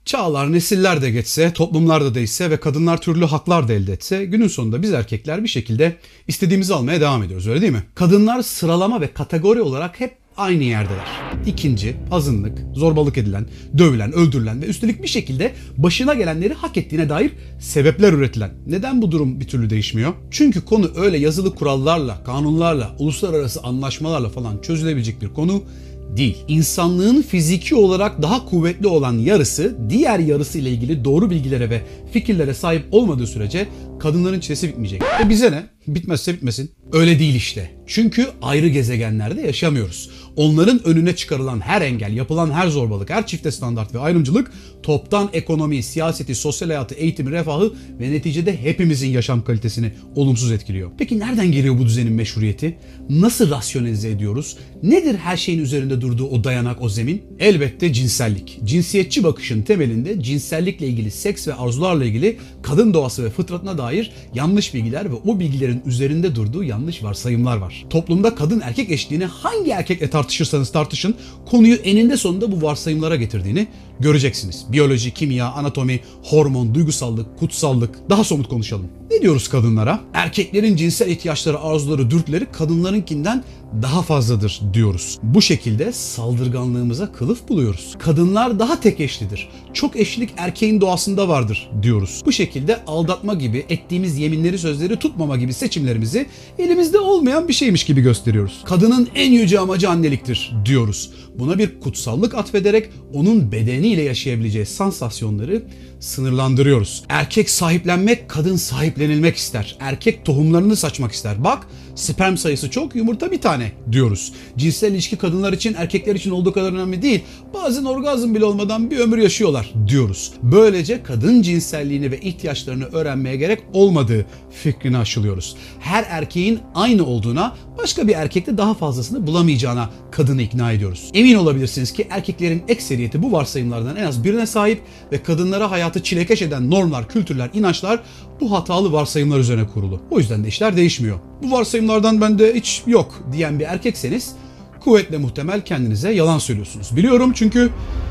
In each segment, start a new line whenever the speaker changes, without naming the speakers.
Çağlar, nesiller de geçse, toplumlar da değişse ve kadınlar türlü haklar da elde etse günün sonunda biz erkekler bir şekilde istediğimizi almaya devam ediyoruz, öyle değil mi? Kadınlar sıralama ve kategori olarak hep aynı yerdeler. İkinci, azınlık, zorbalık edilen, dövülen, öldürülen ve üstelik bir şekilde başına gelenleri hak ettiğine dair sebepler üretilen. Neden bu durum bir türlü değişmiyor? Çünkü konu öyle yazılı kurallarla, kanunlarla, uluslararası anlaşmalarla falan çözülebilecek bir konu değil. İnsanlığın fiziki olarak daha kuvvetli olan yarısı diğer yarısı ile ilgili doğru bilgilere ve fikirlere sahip olmadığı sürece kadınların çilesi bitmeyecek. Bize ne? Bitmezse bitmesin. Öyle değil işte. Çünkü ayrı gezegenlerde yaşamıyoruz. Onların önüne çıkarılan her engel, yapılan her zorbalık, her çifte standart ve ayrımcılık toptan ekonomiyi, siyaseti, sosyal hayatı, eğitimi, refahı ve neticede hepimizin yaşam kalitesini olumsuz etkiliyor. Peki nereden geliyor bu düzenin meşruiyeti? Nasıl rasyonelize ediyoruz? Nedir her şeyin üzerinde durduğu o dayanak, o zemin? Elbette cinsellik. Cinsiyetçi bakışın temelinde cinsellikle ilgili, seks ve arzularla ilgili kadın doğası ve fıtratına dair yanlış bilgiler ve o bilgilerin üzerinde durduğu yanlış varsayımlar var. Toplumda kadın erkek eşitliğini hangi erkekle tartışırsanız tartışın konuyu eninde sonunda bu varsayımlara getirdiğini göreceksiniz. Biyoloji, kimya, anatomi, hormon, duygusallık, kutsallık. Daha somut konuşalım. Ne diyoruz kadınlara? Erkeklerin cinsel ihtiyaçları, arzuları, dürtüleri kadınlarınkinden daha fazladır diyoruz. Bu şekilde saldırganlığımıza kılıf buluyoruz. Kadınlar daha tek eşlidir. Çok eşlilik erkeğin doğasında vardır diyoruz. Bu şekilde aldatma gibi, ettiğimiz yeminleri, sözleri tutmama gibi seçimlerimizi elimizde olmayan bir şeymiş gibi gösteriyoruz. Kadının en yüce amacı anneliktir diyoruz. Buna bir kutsallık atfederek onun bedeniyle yaşayabileceği sansasyonları sınırlandırıyoruz. Erkek sahiplenmek, kadın sahiplenilmek ister. Erkek tohumlarını saçmak ister. Bak, sperm sayısı çok, yumurta bir tane diyoruz. Cinsel ilişki kadınlar için, erkekler için olduğu kadar önemli değil. Bazen orgazm bile olmadan bir ömür yaşıyorlar diyoruz. Böylece kadın cinselliğini ve ihtiyaçlarını öğrenmeye gerek olmadığı fikrini aşılıyoruz. Her erkeğin aynı olduğuna, başka bir erkekte daha fazlasını bulamayacağına kadını ikna ediyoruz. Emin olabilirsiniz ki erkeklerin ekseriyeti bu varsayımlardan en az birine sahip ve kadınlara hayatı çilekeş eden normlar, kültürler, inançlar bu hatalı varsayımlar üzerine kurulu. O yüzden de işler değişmiyor. Bu varsayımlardan bende hiç yok diyen bir erkekseniz kuvvetle muhtemel kendinize yalan söylüyorsunuz. Biliyorum çünkü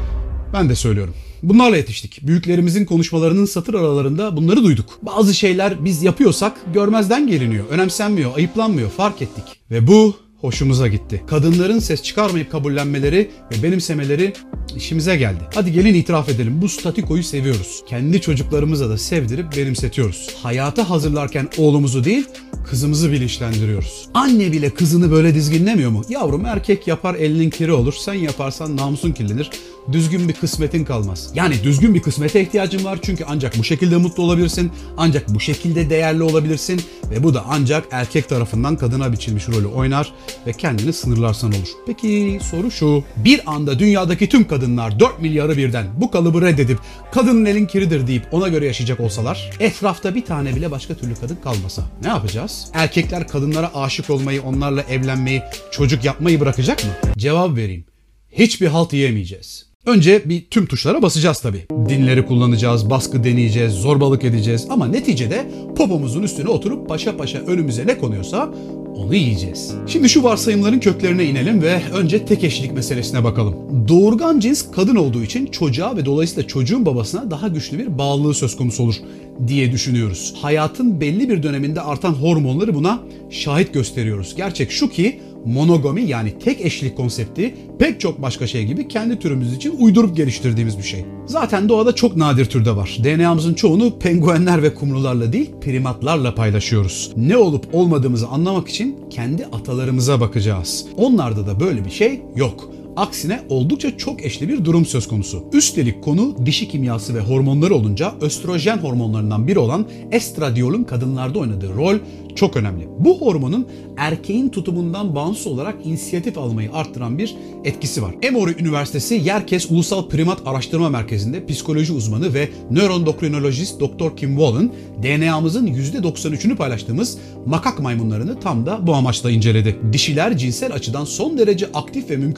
ben de söylüyorum. Bunlarla yetiştik. Büyüklerimizin konuşmalarının satır aralarında bunları duyduk. Bazı şeyler biz yapıyorsak görmezden geliniyor, önemsenmiyor, ayıplanmıyor, fark ettik. Ve bu hoşumuza gitti. Kadınların ses çıkarmayıp kabullenmeleri ve benimsemeleri işimize geldi. Hadi gelin itiraf edelim, bu statikoyu seviyoruz. Kendi çocuklarımıza da sevdirip benimsetiyoruz. Hayata hazırlarken oğlumuzu değil, kızımızı bilinçlendiriyoruz. Anne bile kızını böyle dizginlemiyor mu? Yavrum, erkek yapar elinin kiri olur, sen yaparsan namusun kirlenir, düzgün bir kısmetin kalmaz. Yani düzgün bir kısmete ihtiyacın var çünkü ancak bu şekilde mutlu olabilirsin, ancak bu şekilde değerli olabilirsin ve bu da ancak erkek tarafından kadına biçilmiş rolü oynar ve kendini sınırlarsan olur. Peki soru şu, bir anda dünyadaki tüm kadınlar 4 milyarı birden bu kalıbı reddedip kadının elin kiridir deyip ona göre yaşayacak olsalar, etrafta bir tane bile başka türlü kadın kalmasa ne yapacağız? Erkekler kadınlara aşık olmayı, onlarla evlenmeyi, çocuk yapmayı bırakacak mı? Cevap vereyim. Hiçbir halt yiyemeyeceğiz. Önce bir tüm tuşlara basacağız tabii. Dinleri kullanacağız, baskı deneyeceğiz, zorbalık edeceğiz ama neticede popomuzun üstüne oturup paşa paşa önümüze ne konuyorsa onu yiyeceğiz. Şimdi şu varsayımların köklerine inelim ve önce tek eşlilik meselesine bakalım. Doğurgan cins kadın olduğu için çocuğa ve dolayısıyla çocuğun babasına daha güçlü bir bağlılığı söz konusu olur diye düşünüyoruz. Hayatın belli bir döneminde artan hormonları buna şahit gösteriyoruz. Gerçek şu ki monogami yani tek eşlilik konsepti pek çok başka şey gibi kendi türümüz için uydurup geliştirdiğimiz bir şey. Zaten doğada çok nadir türde var. DNA'mızın çoğunu penguenler ve kumrularla değil primatlarla paylaşıyoruz. Ne olup olmadığımızı anlamak için kendi atalarımıza bakacağız. Onlarda da böyle bir şey yok. Aksine oldukça çok eşli bir durum söz konusu. Üstelik konu dişi kimyası ve hormonları olunca östrojen hormonlarından biri olan estradiolun kadınlarda oynadığı rol çok önemli. Bu hormonun erkeğin tutumundan bağımsız olarak inisiyatif almayı arttıran bir etkisi var. Emory Üniversitesi Yerkes Ulusal Primat Araştırma Merkezi'nde psikoloji uzmanı ve nörondokrinolojist Dr. Kim Wallen DNA'mızın %93'ünü paylaştığımız makak maymunlarını tam da bu amaçla inceledi. Dişiler cinsel açıdan son derece aktif ve mümkün olduğu kadar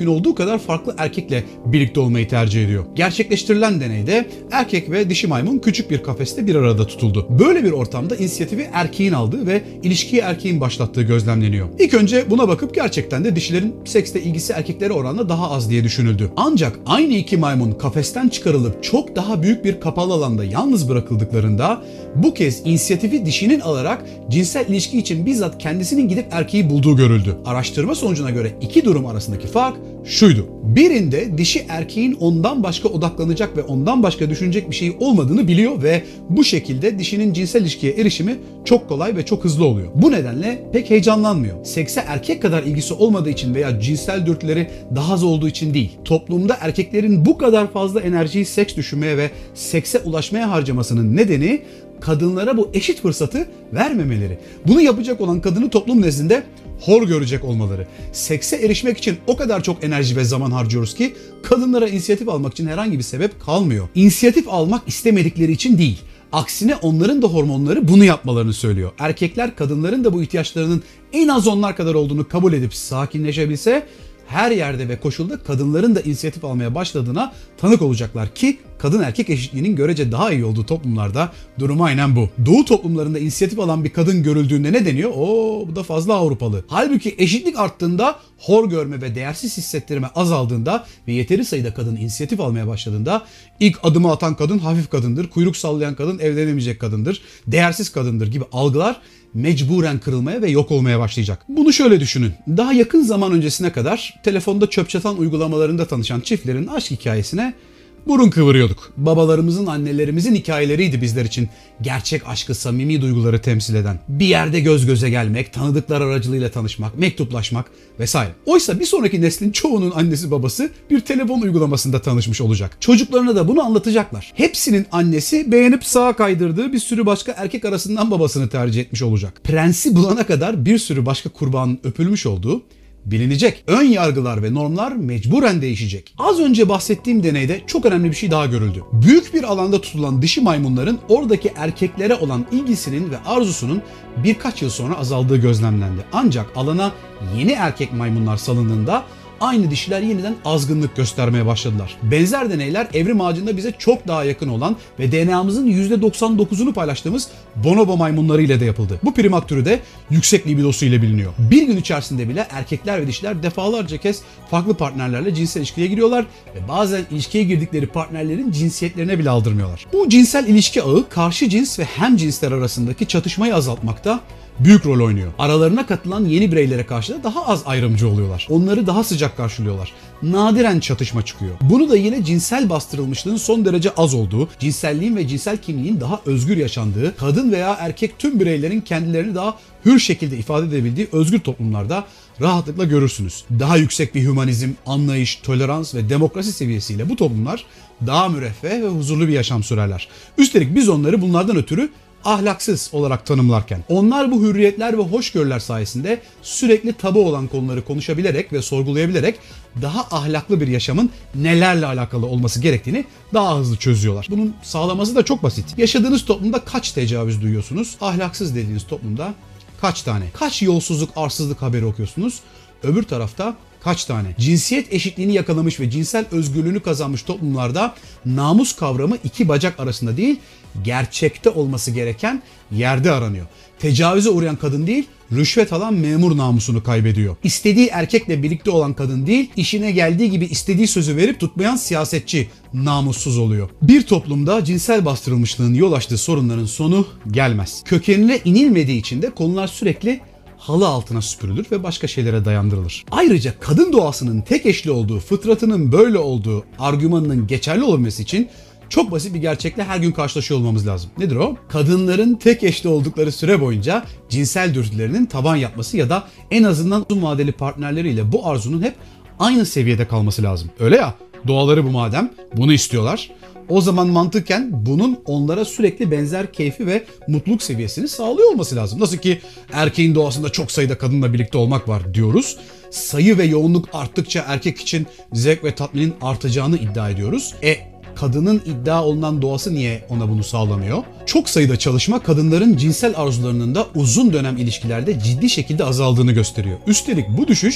kadar farklı erkekle birlikte olmayı tercih ediyor. Gerçekleştirilen deneyde erkek ve dişi maymun küçük bir kafeste bir arada tutuldu. Böyle bir ortamda inisiyatifi erkeğin aldığı ve ilişkiyi erkeğin başlattığı gözlemleniyor. İlk önce buna bakıp gerçekten de dişilerin seksle ilgisi erkeklere oranla daha az diye düşünüldü. Ancak aynı iki maymun kafesten çıkarılıp çok daha büyük bir kapalı alanda yalnız bırakıldıklarında bu kez inisiyatifi dişinin alarak cinsel ilişki için bizzat kendisinin gidip erkeği bulduğu görüldü. Araştırma sonucuna göre iki durum arasındaki fark şuydu. Birinde dişi erkeğin ondan başka odaklanacak ve ondan başka düşünecek bir şey olmadığını biliyor ve bu şekilde dişinin cinsel ilişkiye erişimi çok kolay ve çok hızlı oluyor. Bu nedenle pek heyecanlanmıyor. Sekse erkek kadar ilgisi olmadığı için veya cinsel dürtüleri daha az olduğu için değil. Toplumda erkeklerin bu kadar fazla enerjiyi seks düşünmeye ve sekse ulaşmaya harcamasının nedeni kadınlara bu eşit fırsatı vermemeleri. Bunu yapacak olan kadını toplum nezdinde hor görecek olmaları. Sekse erişmek için o kadar çok enerji ve zaman harcıyoruz ki kadınlara inisiyatif almak için herhangi bir sebep kalmıyor. İnisiyatif almak istemedikleri için değil. Aksine onların da hormonları bunu yapmalarını söylüyor. Erkekler kadınların da bu ihtiyaçlarının en az onlar kadar olduğunu kabul edip sakinleşebilse her yerde ve koşulda kadınların da inisiyatif almaya başladığına tanık olacaklar ki kadın erkek eşitliğinin görece daha iyi olduğu toplumlarda durum aynen bu. Doğu toplumlarında inisiyatif alan bir kadın görüldüğünde ne deniyor? Bu da fazla Avrupalı. Halbuki eşitlik arttığında, hor görme ve değersiz hissettirme azaldığında ve yeteri sayıda kadın inisiyatif almaya başladığında ilk adımı atan kadın hafif kadındır, kuyruk sallayan kadın evlenemeyecek kadındır, değersiz kadındır gibi algılar mecburen kırılmaya ve yok olmaya başlayacak. Bunu şöyle düşünün. Daha yakın zaman öncesine kadar telefonda çöp çatan uygulamalarında tanışan çiftlerin aşk hikayesine burun kıvırıyorduk. Babalarımızın, annelerimizin hikayeleriydi bizler için gerçek aşkı, samimi duyguları temsil eden. Bir yerde göz göze gelmek, tanıdıklar aracılığıyla tanışmak, mektuplaşmak vesaire. Oysa bir sonraki neslin çoğunun annesi babası bir telefon uygulamasında tanışmış olacak. Çocuklarına da bunu anlatacaklar. Hepsinin annesi beğenip sağa kaydırdığı bir sürü başka erkek arasından babasını tercih etmiş olacak. Prensi bulana kadar bir sürü başka kurbanın öpülmüş olduğu bilinecek. Ön yargılar ve normlar mecburen değişecek. Az önce bahsettiğim deneyde çok önemli bir şey daha görüldü. Büyük bir alanda tutulan dişi maymunların oradaki erkeklere olan ilgisinin ve arzusunun birkaç yıl sonra azaldığı gözlemlendi. Ancak alana yeni erkek maymunlar salındığında aynı dişiler yeniden azgınlık göstermeye başladılar. Benzer deneyler evrim ağacında bize çok daha yakın olan ve DNA'mızın %99'unu paylaştığımız bonobo maymunları ile de yapıldı. Bu primat türü de yüksek libidosu ile biliniyor. Bir gün içerisinde bile erkekler ve dişiler defalarca kez farklı partnerlerle cinsel ilişkiye giriyorlar ve bazen ilişkiye girdikleri partnerlerin cinsiyetlerine bile aldırmıyorlar. Bu cinsel ilişki ağı karşı cins ve hem cinsler arasındaki çatışmayı azaltmakta büyük rol oynuyor. Aralarına katılan yeni bireylere karşı da daha az ayrımcı oluyorlar. Onları daha sıcak karşılıyorlar. Nadiren çatışma çıkıyor. Bunu da yine cinsel bastırılmışlığın son derece az olduğu, cinselliğin ve cinsel kimliğin daha özgür yaşandığı, kadın veya erkek tüm bireylerin kendilerini daha hür şekilde ifade edebildiği özgür toplumlarda rahatlıkla görürsünüz. Daha yüksek bir hümanizm, anlayış, tolerans ve demokrasi seviyesiyle bu toplumlar daha müreffeh ve huzurlu bir yaşam sürerler. Üstelik biz onları bunlardan ötürü ahlaksız olarak tanımlarken onlar bu hürriyetler ve hoşgörüler sayesinde sürekli tabu olan konuları konuşabilerek ve sorgulayabilerek daha ahlaklı bir yaşamın nelerle alakalı olması gerektiğini daha hızlı çözüyorlar. Bunun sağlaması da çok basit. Yaşadığınız toplumda kaç tecavüz duyuyorsunuz? Ahlaksız dediğiniz toplumda kaç tane? Kaç yolsuzluk, arsızlık haberi okuyorsunuz? Öbür tarafta kaç tane? Cinsiyet eşitliğini yakalamış ve cinsel özgürlüğünü kazanmış toplumlarda namus kavramı iki bacak arasında değil, gerçekte olması gereken yerde aranıyor. Tecavüze uğrayan kadın değil, rüşvet alan memur namusunu kaybediyor. İstediği erkekle birlikte olan kadın değil, işine geldiği gibi istediği sözü verip tutmayan siyasetçi namussuz oluyor. Bir toplumda cinsel bastırılmışlığın yol açtığı sorunların sonu gelmez. Kökenine inilmediği için de konular sürekli halı altına süpürülür ve başka şeylere dayandırılır. Ayrıca kadın doğasının tek eşli olduğu, fıtratının böyle olduğu argümanının geçerli olabilmesi için çok basit bir gerçekle her gün karşılaşıyor olmamız lazım. Nedir o? Kadınların tek eşli oldukları süre boyunca cinsel dürtülerinin tavan yapması ya da en azından uzun vadeli partnerleriyle bu arzunun hep aynı seviyede kalması lazım. Öyle ya, doğaları bu madem, bunu istiyorlar. O zaman mantıken bunun onlara sürekli benzer keyfi ve mutluluk seviyesini sağlıyor olması lazım. Nasıl ki erkeğin doğasında çok sayıda kadınla birlikte olmak var diyoruz. Sayı ve yoğunluk arttıkça erkek için zevk ve tatminin artacağını iddia ediyoruz. Kadının iddia olunan doğası niye ona bunu sağlamıyor? Çok sayıda çalışma kadınların cinsel arzularının da uzun dönem ilişkilerde ciddi şekilde azaldığını gösteriyor. Üstelik bu düşüş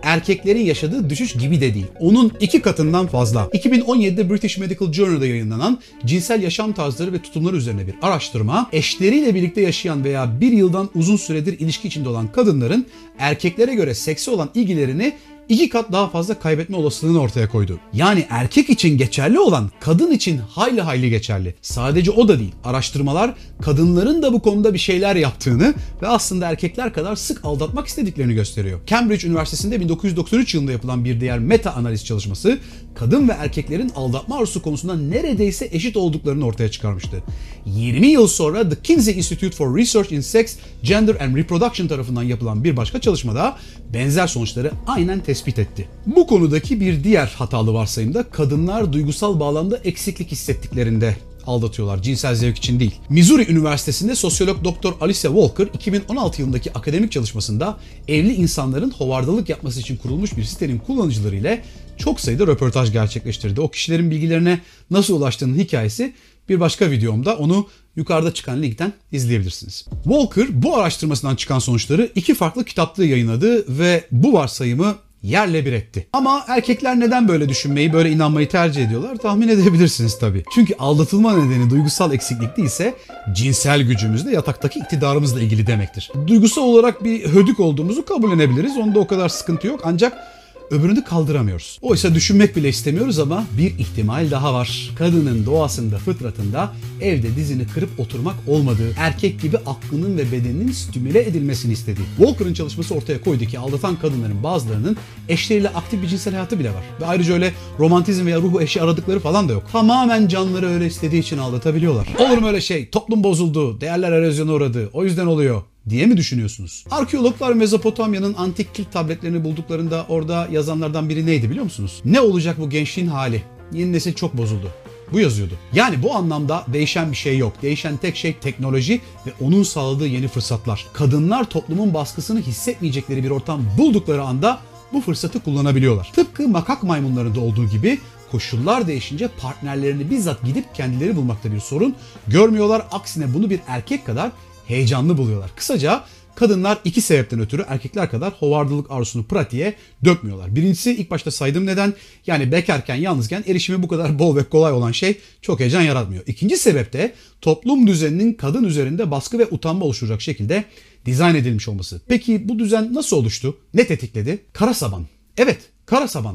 erkeklerin yaşadığı düşüş gibi de değil. Onun 2 katından fazla. 2017'de British Medical Journal'da yayınlanan cinsel yaşam tarzları ve tutumları üzerine bir araştırma, eşleriyle birlikte yaşayan veya bir yıldan uzun süredir ilişki içinde olan kadınların erkeklere göre sekse olan ilgilerini 2 kat daha fazla kaybetme olasılığını ortaya koydu. Yani erkek için geçerli olan kadın için hayli hayli geçerli. Sadece o da değil. Araştırmalar kadınların da bu konuda bir şeyler yaptığını ve aslında erkekler kadar sık aldatmak istediklerini gösteriyor. Cambridge Üniversitesi'nde 1993 yılında yapılan bir diğer meta analiz çalışması kadın ve erkeklerin aldatma arzusu konusunda neredeyse eşit olduklarını ortaya çıkarmıştı. 20 yıl sonra The Kinsey Institute for Research in Sex, Gender and Reproduction tarafından yapılan bir başka çalışmada benzer sonuçları aynen tespit etti. Bu konudaki bir diğer hatalı varsayım da kadınlar duygusal bağlamda eksiklik hissettiklerinde aldatıyorlar. Cinsel zevk için değil. Missouri Üniversitesi'nde sosyolog Dr. Alicia Walker 2016 yılındaki akademik çalışmasında evli insanların hovardalık yapması için kurulmuş bir sitenin kullanıcıları ile çok sayıda röportaj gerçekleştirdi. O kişilerin bilgilerine nasıl ulaştığının hikayesi bir başka videomda, onu yukarıda çıkan linkten izleyebilirsiniz. Walker bu araştırmasından çıkan sonuçları 2 farklı kitapta yayınladı ve bu varsayımı yerle bir etti. Ama erkekler neden böyle düşünmeyi, böyle inanmayı tercih ediyorlar tahmin edebilirsiniz tabii. Çünkü aldatılma nedeni duygusal eksiklik değilse cinsel gücümüzle yataktaki iktidarımızla ilgili demektir. Duygusal olarak bir hödük olduğumuzu kabullenebiliriz. Onda o kadar sıkıntı yok. Ancak öbürünü kaldıramıyoruz. Oysa düşünmek bile istemiyoruz ama bir ihtimal daha var. Kadının doğasında, fıtratında evde dizini kırıp oturmak olmadığı, erkek gibi aklının ve bedeninin stimüle edilmesini istediği. Walker'ın çalışması ortaya koydu ki aldatan kadınların bazılarının eşleriyle aktif bir cinsel hayatı bile var. Ve ayrıca öyle romantizm veya ruhu eşi aradıkları falan da yok. Tamamen canları öyle istediği için aldatabiliyorlar. Olur mu öyle şey? Toplum bozuldu, değerler erozyona uğradı, o yüzden oluyor diye mi düşünüyorsunuz? Arkeologlar Mezopotamya'nın antik kilit tabletlerini bulduklarında orada yazanlardan biri neydi biliyor musunuz? Ne olacak bu gençliğin hali? Yeni nesil çok bozuldu. Bu yazıyordu. Yani bu anlamda değişen bir şey yok. Değişen tek şey teknoloji ve onun sağladığı yeni fırsatlar. Kadınlar toplumun baskısını hissetmeyecekleri bir ortam buldukları anda bu fırsatı kullanabiliyorlar. Tıpkı makak maymunlarında olduğu gibi koşullar değişince partnerlerini bizzat gidip kendileri bulmakta bir sorun görmüyorlar. Aksine bunu bir erkek kadar heyecanlı buluyorlar. Kısaca kadınlar 2 sebepten ötürü erkekler kadar hovardılık arzusunu pratiğe dökmüyorlar. Birincisi ilk başta saydığım neden, yani bekarken, yalnızken erişimi bu kadar bol ve kolay olan şey çok heyecan yaratmıyor. İkinci sebep de toplum düzeninin kadın üzerinde baskı ve utanma oluşturacak şekilde dizayn edilmiş olması. Peki bu düzen nasıl oluştu? Ne tetikledi? Kara saban. Evet, kara saban.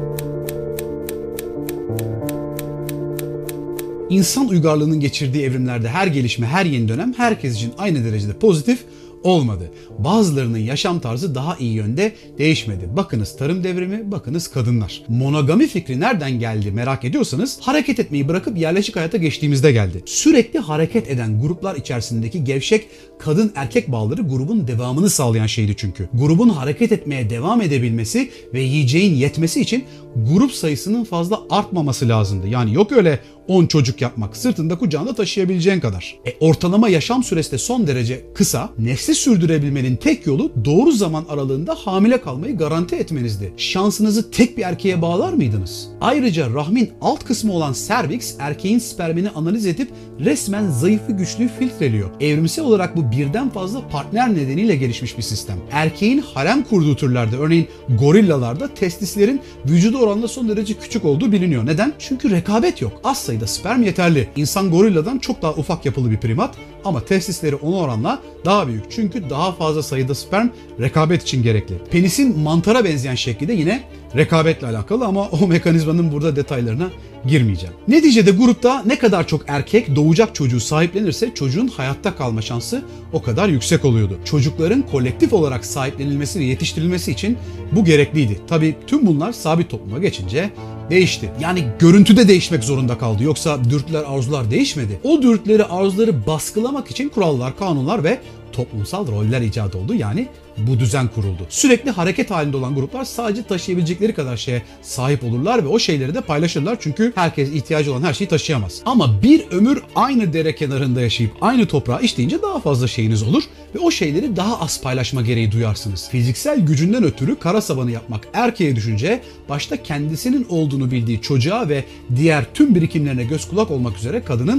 İnsan uygarlığının geçirdiği evrimlerde her gelişme, her yeni dönem herkes için aynı derecede pozitif olmadı. Bazılarının yaşam tarzı daha iyi yönde değişmedi. Bakınız tarım devrimi, bakınız kadınlar. Monogami fikri nereden geldi merak ediyorsanız hareket etmeyi bırakıp yerleşik hayata geçtiğimizde geldi. Sürekli hareket eden gruplar içerisindeki gevşek kadın erkek bağları grubun devamını sağlayan şeydi çünkü. Grubun hareket etmeye devam edebilmesi ve yiyeceğin yetmesi için grup sayısının fazla artmaması lazımdı. Yani yok öyle 10 çocuk yapmak, sırtında kucağında taşıyabileceğin kadar. Ortalama yaşam süresi de son derece kısa. Nesli sürdürebilmenin tek yolu doğru zaman aralığında hamile kalmayı garanti etmenizdi. Şansınızı tek bir erkeğe bağlar mıydınız? Ayrıca rahmin alt kısmı olan serviks erkeğin spermini analiz edip resmen zayıfı güçlüyü filtreliyor. Evrimsel olarak bu birden fazla partner nedeniyle gelişmiş bir sistem. Erkeğin harem kurduğu türlerde, örneğin gorillalarda testislerin vücuda oranla son derece küçük olduğu biliniyor. Neden? Çünkü rekabet yok. Az sayıda sperm yeterli. İnsan gorilladan çok daha ufak yapılı bir primat ama testisleri ona oranla daha büyük. Çünkü daha fazla sayıda sperm rekabet için gerekli. Penisin mantara benzeyen şekli de yine rekabetle alakalı ama o mekanizmanın burada detaylarına girmeyeceğim. Neticede grupta ne kadar çok erkek doğacak çocuğu sahiplenirse çocuğun hayatta kalma şansı o kadar yüksek oluyordu. Çocukların kolektif olarak sahiplenilmesi ve yetiştirilmesi için bu gerekliydi. Tabii tüm bunlar sabit topluma geçince değişti. Yani görüntüde değişmek zorunda kaldı. Yoksa dürtüler, arzular değişmedi. O dürtüleri, arzuları baskılamak için kurallar, kanunlar ve toplumsal roller icat oldu. Yani bu düzen kuruldu. Sürekli hareket halinde olan gruplar sadece taşıyabilecekleri kadar şeye sahip olurlar ve o şeyleri de paylaşırlar. Çünkü herkes ihtiyacı olan her şeyi taşıyamaz. Ama bir ömür aynı dere kenarında yaşayıp aynı toprağı işleyince daha fazla şeyiniz olur ve o şeyleri daha az paylaşma gereği duyarsınız. Fiziksel gücünden ötürü kara sabanı yapmak erkeğe düşünce başta kendisinin olduğunu bildiği çocuğa ve diğer tüm birikimlerine göz kulak olmak üzere kadının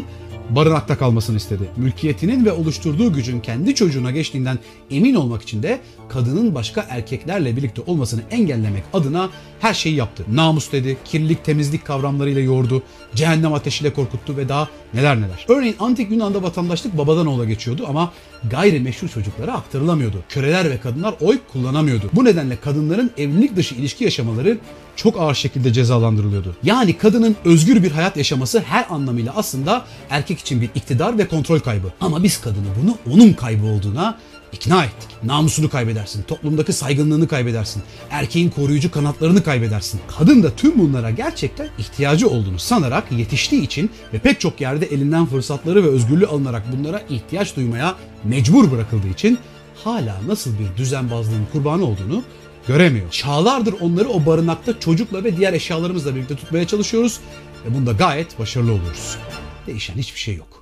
barınakta kalmasını istedi. Mülkiyetinin ve oluşturduğu gücün kendi çocuğuna geçtiğinden emin olmak için de kadının başka erkeklerle birlikte olmasını engellemek adına her şeyi yaptı. Namus dedi, kirlilik, temizlik kavramlarıyla yoğurdu, cehennem ateşiyle korkuttu ve daha neler neler. Örneğin antik Yunan'da vatandaşlık babadan oğula geçiyordu ama gayrimeşru çocuklara aktarılamıyordu. Köleler ve kadınlar oy kullanamıyordu. Bu nedenle kadınların evlilik dışı ilişki yaşamaları çok ağır şekilde cezalandırılıyordu. Yani kadının özgür bir hayat yaşaması her anlamıyla aslında erkek için bir iktidar ve kontrol kaybı. Ama biz kadını bunu onun kaybı olduğuna ikna ettik. Namusunu kaybedersin, toplumdaki saygınlığını kaybedersin, erkeğin koruyucu kanatlarını kaybedersin. Kadın da tüm bunlara gerçekten ihtiyacı olduğunu sanarak yetiştiği için ve pek çok yerde elinden fırsatları ve özgürlüğü alınarak bunlara ihtiyaç duymaya mecbur bırakıldığı için hala nasıl bir düzenbazlığın kurbanı olduğunu göremiyor. Çağlardır onları o barınakta çocukla ve diğer eşyalarımızla birlikte tutmaya çalışıyoruz ve bunda gayet başarılı oluyoruz. Değişen hiçbir şey yok.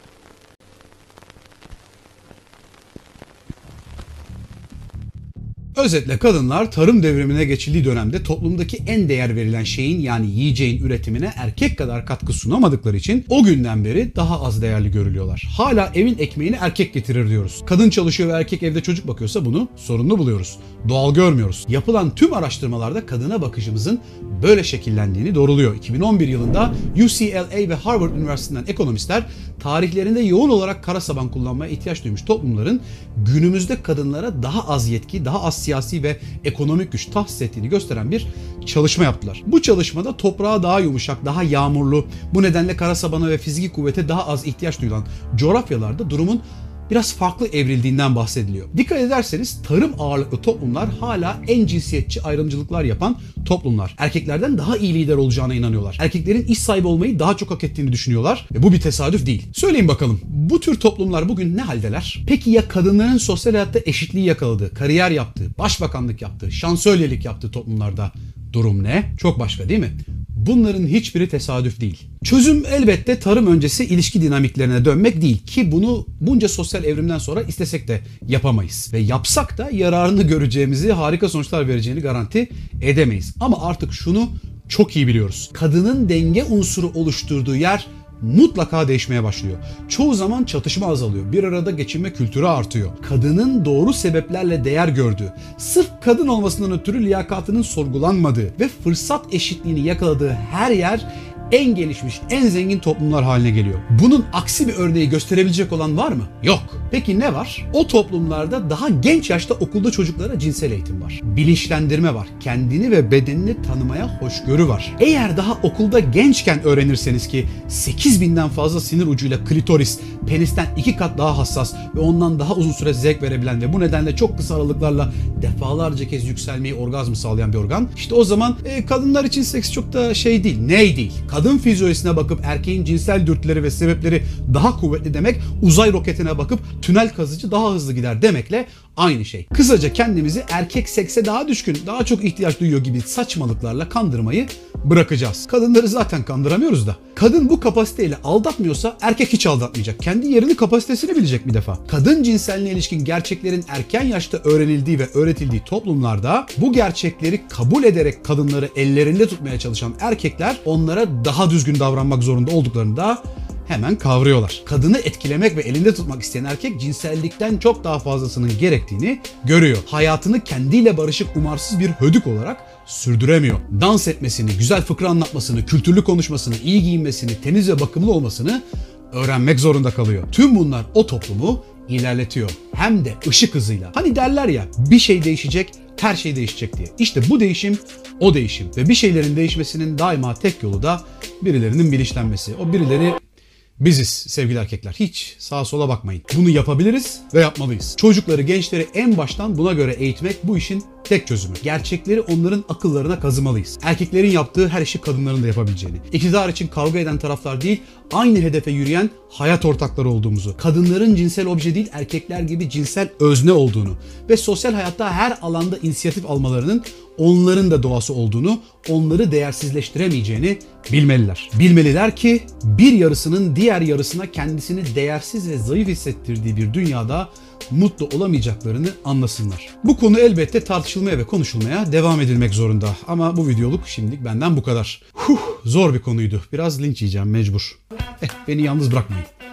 Özetle kadınlar tarım devrimine geçildiği dönemde toplumdaki en değer verilen şeyin yani yiyeceğin üretimine erkek kadar katkı sunamadıkları için o günden beri daha az değerli görülüyorlar. Hala evin ekmeğini erkek getirir diyoruz. Kadın çalışıyor ve erkek evde çocuk bakıyorsa bunu sorunlu buluyoruz. Doğal görmüyoruz. Yapılan tüm araştırmalarda kadına bakışımızın böyle şekillendiğini doğruluyor. 2011 yılında UCLA ve Harvard Üniversitesi'nden ekonomistler tarihlerinde yoğun olarak kara saban kullanmaya ihtiyaç duymuş toplumların günümüzde kadınlara daha az yetki, daha az siyasi ve ekonomik güç tahsis ettiğini gösteren bir çalışma yaptılar. Bu çalışmada toprağa daha yumuşak, daha yağmurlu, bu nedenle kara sabana ve fiziki kuvvete daha az ihtiyaç duyulan coğrafyalarda durumun biraz farklı evrildiğinden bahsediliyor. Dikkat ederseniz tarım ağırlıklı toplumlar hala en cinsiyetçi ayrımcılıklar yapan toplumlar. Erkeklerden daha iyi lider olacağına inanıyorlar. Erkeklerin iş sahibi olmayı daha çok hak ettiğini düşünüyorlar ve bu bir tesadüf değil. Söyleyin bakalım, bu tür toplumlar bugün ne haldeler? Peki ya kadınların sosyal hayatta eşitliği yakaladığı, kariyer yaptığı, başbakanlık yaptığı, şansölyelik yaptığı toplumlarda durum ne? Çok başka değil mi? Bunların hiçbiri tesadüf değil. Çözüm elbette tarım öncesi ilişki dinamiklerine dönmek değil ki bunu bunca sosyal evrimden sonra istesek de yapamayız. Ve yapsak da yararını göreceğimizi, harika sonuçlar vereceğini garanti edemeyiz. Ama artık şunu çok iyi biliyoruz. Kadının denge unsuru oluşturduğu yer mutlaka değişmeye başlıyor. Çoğu zaman çatışma azalıyor. Bir arada geçinme kültürü artıyor. Kadının doğru sebeplerle değer gördüğü, sırf kadın olmasından ötürü liyakatının sorgulanmadığı ve fırsat eşitliğini yakaladığı her yer en gelişmiş, en zengin toplumlar haline geliyor. Bunun aksi bir örneği gösterebilecek olan var mı? Yok. Peki ne var? O toplumlarda daha genç yaşta okulda çocuklara cinsel eğitim var. Bilinçlendirme var. Kendini ve bedenini tanımaya hoşgörü var. Eğer daha okulda gençken öğrenirseniz ki 8.000'den fazla sinir ucuyla klitoris, penisten 2 kat daha hassas ve ondan daha uzun süre zevk verebilen ve bu nedenle çok kısa aralıklarla defalarca kez yükselmeyi, orgazmı sağlayan bir organ. İşte o zaman kadınlar için seks çok da şey değil, ney değil. Kadın fizyolojisine bakıp erkeğin cinsel dürtüleri ve sebepleri daha kuvvetli demek, uzay roketine bakıp tünel kazıcı daha hızlı gider demekle aynı şey. Kısaca kendimizi erkek sekse daha düşkün, daha çok ihtiyaç duyuyor gibi saçmalıklarla kandırmayı bırakacağız. Kadınları zaten kandıramıyoruz da. Kadın bu kapasiteyle aldatmıyorsa erkek hiç aldatmayacak. Kendi yerini, kapasitesini bilecek bir defa. Kadın cinselliğine ilişkin gerçeklerin erken yaşta öğrenildiği ve öğretildiği toplumlarda bu gerçekleri kabul ederek kadınları ellerinde tutmaya çalışan erkekler onlara daha düzgün davranmak zorunda olduklarını da hemen kavruyorlar. Kadını etkilemek ve elinde tutmak isteyen erkek cinsellikten çok daha fazlasının gerektiğini görüyor. Hayatını kendiyle barışık umarsız bir hödük olarak sürdüremiyor. Dans etmesini, güzel fıkra anlatmasını, kültürlü konuşmasını, iyi giyinmesini, temiz ve bakımlı olmasını öğrenmek zorunda kalıyor. Tüm bunlar o toplumu ilerletiyor. Hem de ışık hızıyla. Hani derler ya, bir şey değişecek, her şey değişecek diye. İşte bu değişim o değişim ve bir şeylerin değişmesinin daima tek yolu da birilerinin bilinçlenmesi. O birileri biziz sevgili erkekler. Hiç sağa sola bakmayın. Bunu yapabiliriz ve yapmalıyız. Çocukları, gençleri en baştan buna göre eğitmek bu işin tek çözümü. Gerçekleri onların akıllarına kazımalıyız. Erkeklerin yaptığı her işi kadınların da yapabileceğini. İktidar için kavga eden taraflar değil, aynı hedefe yürüyen hayat ortakları olduğumuzu. Kadınların cinsel obje değil, erkekler gibi cinsel özne olduğunu ve sosyal hayatta her alanda inisiyatif almalarının onların da doğası olduğunu, onları değersizleştiremeyeceğini bilmeliler. Bilmeliler ki bir yarısının diğer yarısına kendisini değersiz ve zayıf hissettirdiği bir dünyada mutlu olamayacaklarını anlasınlar. Bu konu elbette tartışılmaya ve konuşulmaya devam edilmek zorunda. Ama bu videoluk şimdilik benden bu kadar. Zor bir konuydu. Biraz linç yiyeceğim mecbur. Beni yalnız bırakmayın.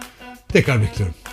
Tekrar bekliyorum.